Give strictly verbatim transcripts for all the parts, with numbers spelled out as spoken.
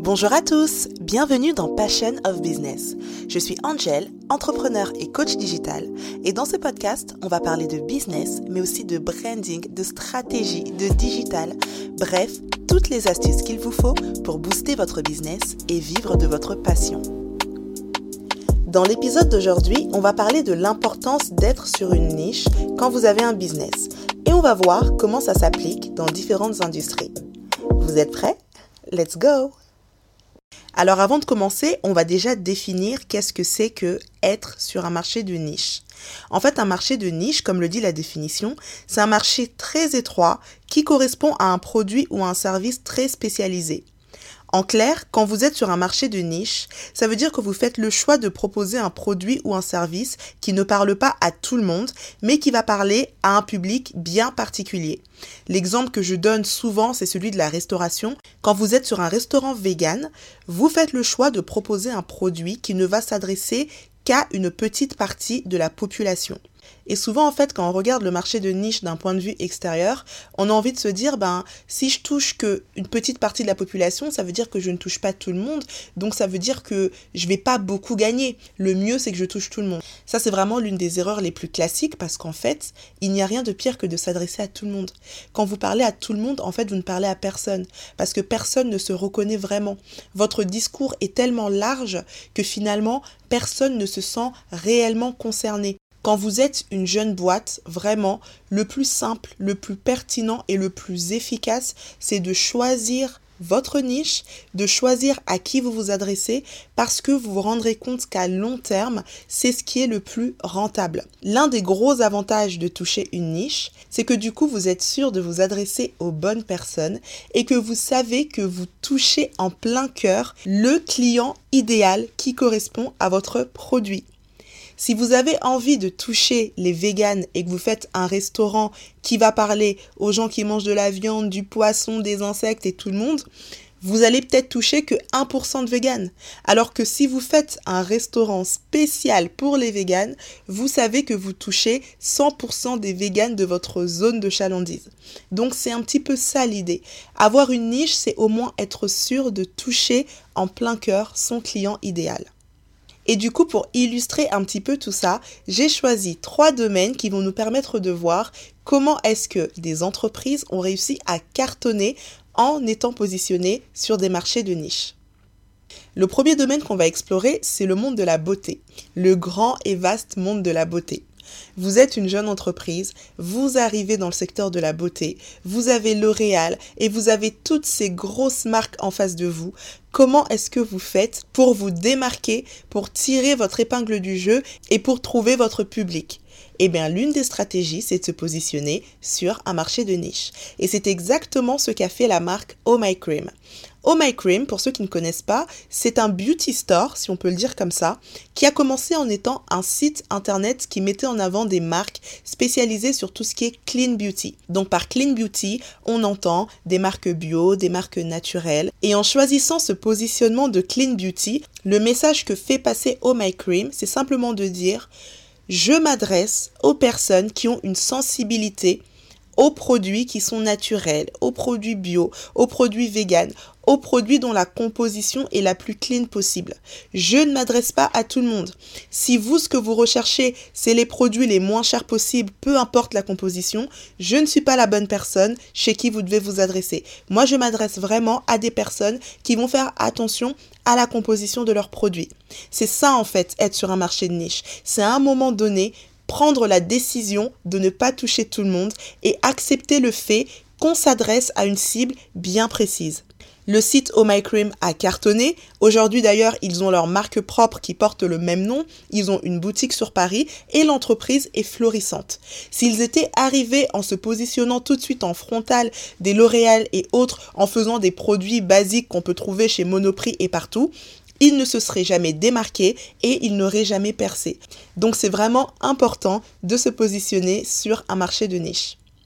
Bonjour à tous, bienvenue dans Passion of Business. Je suis Angel, entrepreneur et coach digital, et dans ce podcast, on va parler de business, mais aussi de branding, de stratégie, de digital, bref, toutes les astuces qu'il vous faut pour booster votre business et vivre de votre passion. Dans l'épisode d'aujourd'hui, on va parler de l'importance d'être sur une niche quand vous avez un business, et on va voir comment ça s'applique dans différentes industries. Vous êtes prêts? Let's go! Alors avant de commencer, on va déjà définir qu'est-ce que c'est que être sur un marché de niche. En fait, un marché de niche, comme le dit la définition, c'est un marché très étroit qui correspond à un produit ou à un service très spécialisé. En clair, quand vous êtes sur un marché de niche, ça veut dire que vous faites le choix de proposer un produit ou un service qui ne parle pas à tout le monde, mais qui va parler à un public bien particulier. L'exemple que je donne souvent, c'est celui de la restauration. Quand vous êtes sur un restaurant vegan, vous faites le choix de proposer un produit qui ne va s'adresser qu'à une petite partie de la population. Et souvent, en fait, quand on regarde le marché de niche d'un point de vue extérieur, on a envie de se dire, ben, si je touche qu'une petite partie de la population, ça veut dire que je ne touche pas tout le monde, donc ça veut dire que je vais pas beaucoup gagner. Le mieux, c'est que je touche tout le monde. Ça, c'est vraiment l'une des erreurs les plus classiques parce qu'en fait, il n'y a rien de pire que de s'adresser à tout le monde. Quand vous parlez à tout le monde, en fait, vous ne parlez à personne parce que personne ne se reconnaît vraiment. Votre discours est tellement large que finalement, personne ne se sent réellement concerné. Quand vous êtes une jeune boîte, vraiment, le plus simple, le plus pertinent et le plus efficace, c'est de choisir votre niche, de choisir à qui vous vous adressez parce que vous vous rendrez compte qu'à long terme, c'est ce qui est le plus rentable. L'un des gros avantages de toucher une niche, c'est que du coup, vous êtes sûr de vous adresser aux bonnes personnes et que vous savez que vous touchez en plein cœur le client idéal qui correspond à votre produit. Si vous avez envie de toucher les véganes et que vous faites un restaurant qui va parler aux gens qui mangent de la viande, du poisson, des insectes et tout le monde, vous allez peut-être toucher que un pour cent de véganes. Alors que si vous faites un restaurant spécial pour les véganes, vous savez que vous touchez cent pour cent des véganes de votre zone de chalandise. Donc c'est un petit peu ça l'idée. Avoir une niche, c'est au moins être sûr de toucher en plein cœur son client idéal. Et du coup, pour illustrer un petit peu tout ça, j'ai choisi trois domaines qui vont nous permettre de voir comment est-ce que des entreprises ont réussi à cartonner en étant positionnées sur des marchés de niche. Le premier domaine qu'on va explorer, c'est le monde de la beauté, le grand et vaste monde de la beauté. Vous êtes une jeune entreprise, vous arrivez dans le secteur de la beauté, vous avez L'Oréal et vous avez toutes ces grosses marques en face de vous. Comment est-ce que vous faites pour vous démarquer, pour tirer votre épingle du jeu et pour trouver votre public ? Eh bien, l'une des stratégies, c'est de se positionner sur un marché de niche. Et c'est exactement ce qu'a fait la marque Oh My Cream. Oh My Cream, pour ceux qui ne connaissent pas, c'est un beauty store, si on peut le dire comme ça, qui a commencé en étant un site internet qui mettait en avant des marques spécialisées sur tout ce qui est clean beauty. Donc par clean beauty, on entend des marques bio, des marques naturelles. Et en choisissant ce positionnement de clean beauty, le message que fait passer Oh My Cream, c'est simplement de dire « Je m'adresse aux personnes qui ont une sensibilité aux produits qui sont naturels, aux produits bio, aux produits vegan, aux produits dont la composition est la plus clean possible. Je ne m'adresse pas à tout le monde. Si vous, ce que vous recherchez, c'est les produits les moins chers possibles, peu importe la composition, je ne suis pas la bonne personne chez qui vous devez vous adresser. Moi, je m'adresse vraiment à des personnes qui vont faire attention à la composition de leurs produits. C'est ça, en fait, être sur un marché de niche. C'est à un moment donné, prendre la décision de ne pas toucher tout le monde et accepter le fait qu'on s'adresse à une cible bien précise. Le site Oh My Cream a cartonné. Aujourd'hui d'ailleurs, ils ont leur marque propre qui porte le même nom. Ils ont une boutique sur Paris et l'entreprise est florissante. S'ils étaient arrivés en se positionnant tout de suite en frontal des L'Oréal et autres, en faisant des produits basiques qu'on peut trouver chez Monoprix et partout, ils ne se seraient jamais démarqués et ils n'auraient jamais percé. Donc c'est vraiment important de se positionner sur un marché de niche.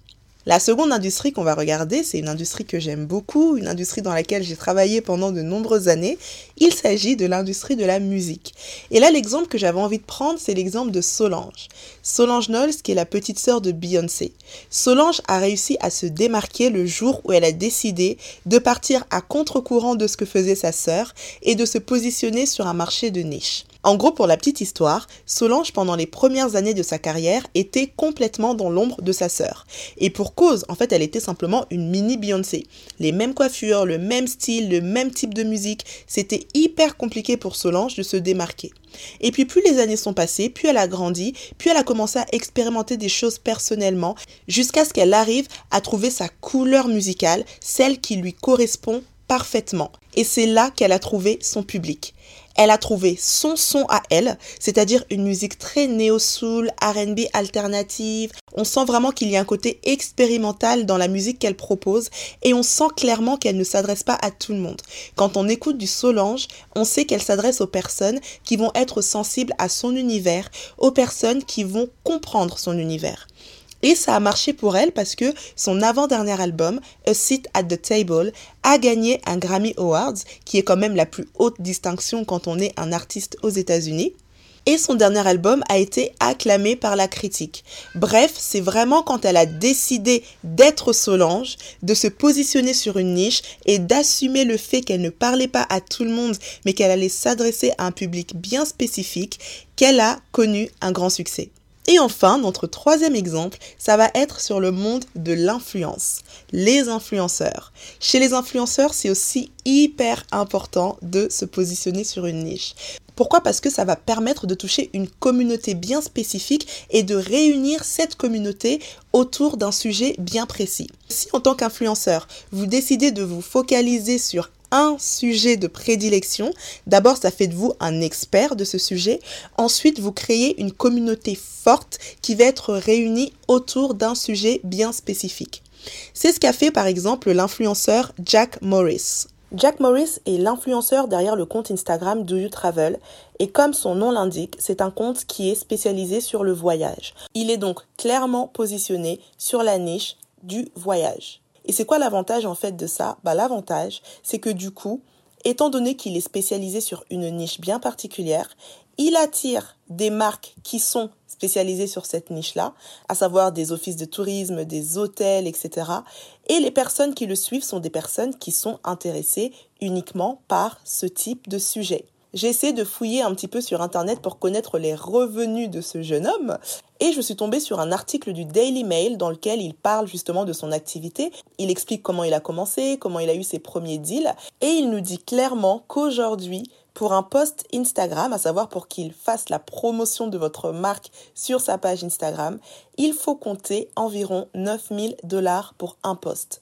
La seconde industrie qu'on va regarder, c'est une industrie que j'aime beaucoup, une industrie dans laquelle j'ai travaillé pendant de nombreuses années. Il s'agit de l'industrie de la musique. Et là, l'exemple que j'avais envie de prendre, c'est l'exemple de Solange. Solange Knowles, qui est la petite sœur de Beyoncé. Solange a réussi à se démarquer le jour où elle a décidé de partir à contre-courant de ce que faisait sa sœur et de se positionner sur un marché de niche. En gros, pour la petite histoire, Solange, pendant les premières années de sa carrière, était complètement dans l'ombre de sa sœur. Et pour cause, en fait, elle était simplement une mini Beyoncé. Les mêmes coiffures, le même style, le même type de musique, c'était hyper compliqué pour Solange de se démarquer. Et puis plus les années sont passées, plus elle a grandi, plus elle a commencé à expérimenter des choses personnellement, jusqu'à ce qu'elle arrive à trouver sa couleur musicale, celle qui lui correspond parfaitement. Et c'est là qu'elle a trouvé son public. Elle a trouvé son son à elle, c'est-à-dire une musique très néo-soul, R and B alternative. On sent vraiment qu'il y a un côté expérimental dans la musique qu'elle propose et on sent clairement qu'elle ne s'adresse pas à tout le monde. Quand on écoute du Solange, on sait qu'elle s'adresse aux personnes qui vont être sensibles à son univers, aux personnes qui vont comprendre son univers. Et ça a marché pour elle parce que son avant-dernier album, A Seat at the Table, a gagné un Grammy Awards, qui est quand même la plus haute distinction quand on est un artiste aux États-Unis. Et son dernier album a été acclamé par la critique. Bref, c'est vraiment quand elle a décidé d'être Solange, de se positionner sur une niche et d'assumer le fait qu'elle ne parlait pas à tout le monde, mais qu'elle allait s'adresser à un public bien spécifique, qu'elle a connu un grand succès. Et enfin, notre troisième exemple, ça va être sur le monde de l'influence, les influenceurs. Chez les influenceurs, c'est aussi hyper important de se positionner sur une niche. Pourquoi ? Parce que ça va permettre de toucher une communauté bien spécifique et de réunir cette communauté autour d'un sujet bien précis. Si en tant qu'influenceur, vous décidez de vous focaliser sur un sujet de prédilection, d'abord ça fait de vous un expert de ce sujet, ensuite vous créez une communauté forte qui va être réunie autour d'un sujet bien spécifique. C'est ce qu'a fait par exemple l'influenceur Jack Morris. Jack Morris est l'influenceur derrière le compte Instagram Do You Travel et comme son nom l'indique, c'est un compte qui est spécialisé sur le voyage. Il est donc clairement positionné sur la niche du voyage. Et c'est quoi l'avantage en fait de ça ? Bah, l'avantage, c'est que du coup, étant donné qu'il est spécialisé sur une niche bien particulière, il attire des marques qui sont spécialisées sur cette niche-là, à savoir des offices de tourisme, des hôtels, et cetera. Et les personnes qui le suivent sont des personnes qui sont intéressées uniquement par ce type de sujet. J'ai essayé de fouiller un petit peu sur Internet pour connaître les revenus de ce jeune homme et je suis tombée sur un article du Daily Mail dans lequel il parle justement de son activité. Il explique comment il a commencé, comment il a eu ses premiers deals et il nous dit clairement qu'aujourd'hui, pour un post Instagram, à savoir pour qu'il fasse la promotion de votre marque sur sa page Instagram, il faut compter environ neuf mille dollars pour un post.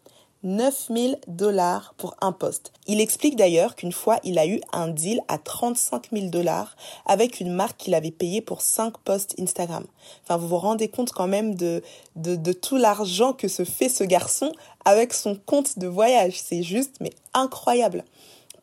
neuf mille dollars pour un post. Il explique d'ailleurs qu'une fois, il a eu un deal à trente-cinq mille dollars avec une marque qu'il avait payée pour cinq posts Instagram. Enfin, vous vous rendez compte quand même de, de, de tout l'argent que se fait ce garçon avec son compte de voyage. C'est juste, mais incroyable. Pourquoi ?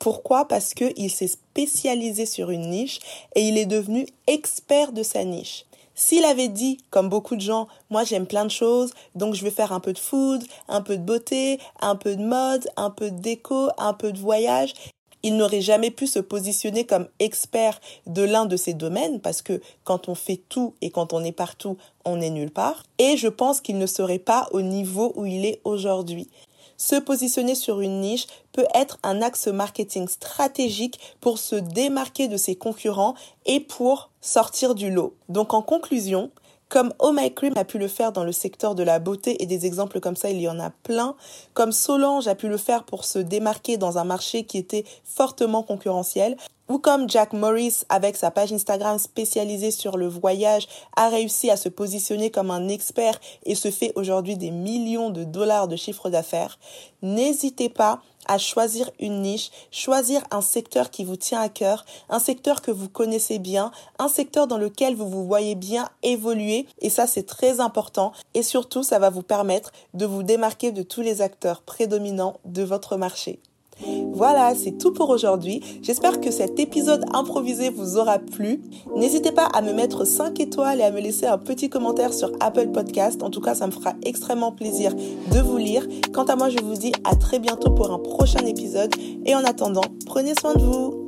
Parce qu'il s'est spécialisé sur une niche et il est devenu expert de sa niche. S'il avait dit, comme beaucoup de gens, moi j'aime plein de choses, donc je vais faire un peu de food, un peu de beauté, un peu de mode, un peu de déco, un peu de voyage, il n'aurait jamais pu se positionner comme expert de l'un de ces domaines parce que quand on fait tout et quand on est partout, on n'est nulle part. Et je pense qu'il ne serait pas au niveau où il est aujourd'hui. Se positionner sur une niche peut être un axe marketing stratégique pour se démarquer de ses concurrents et pour sortir du lot. Donc en conclusion, comme Oh My Cream a pu le faire dans le secteur de la beauté et des exemples comme ça, il y en a plein. Comme Solange a pu le faire pour se démarquer dans un marché qui était fortement concurrentiel. Ou comme Jack Morris, avec sa page Instagram spécialisée sur le voyage, a réussi à se positionner comme un expert et se fait aujourd'hui des millions de dollars de chiffre d'affaires. N'hésitez pas à choisir une niche, choisir un secteur qui vous tient à cœur, un secteur que vous connaissez bien, un secteur dans lequel vous vous voyez bien évoluer. Et ça, c'est très important. Et surtout, ça va vous permettre de vous démarquer de tous les acteurs prédominants de votre marché. Voilà, c'est tout pour aujourd'hui. J'espère que cet épisode improvisé vous aura plu. N'hésitez pas à me mettre cinq étoiles et à me laisser un petit commentaire sur Apple Podcast. En tout cas, ça me fera extrêmement plaisir de vous lire. Quant à moi, je vous dis à très bientôt pour un prochain épisode. Et en attendant, prenez soin de vous.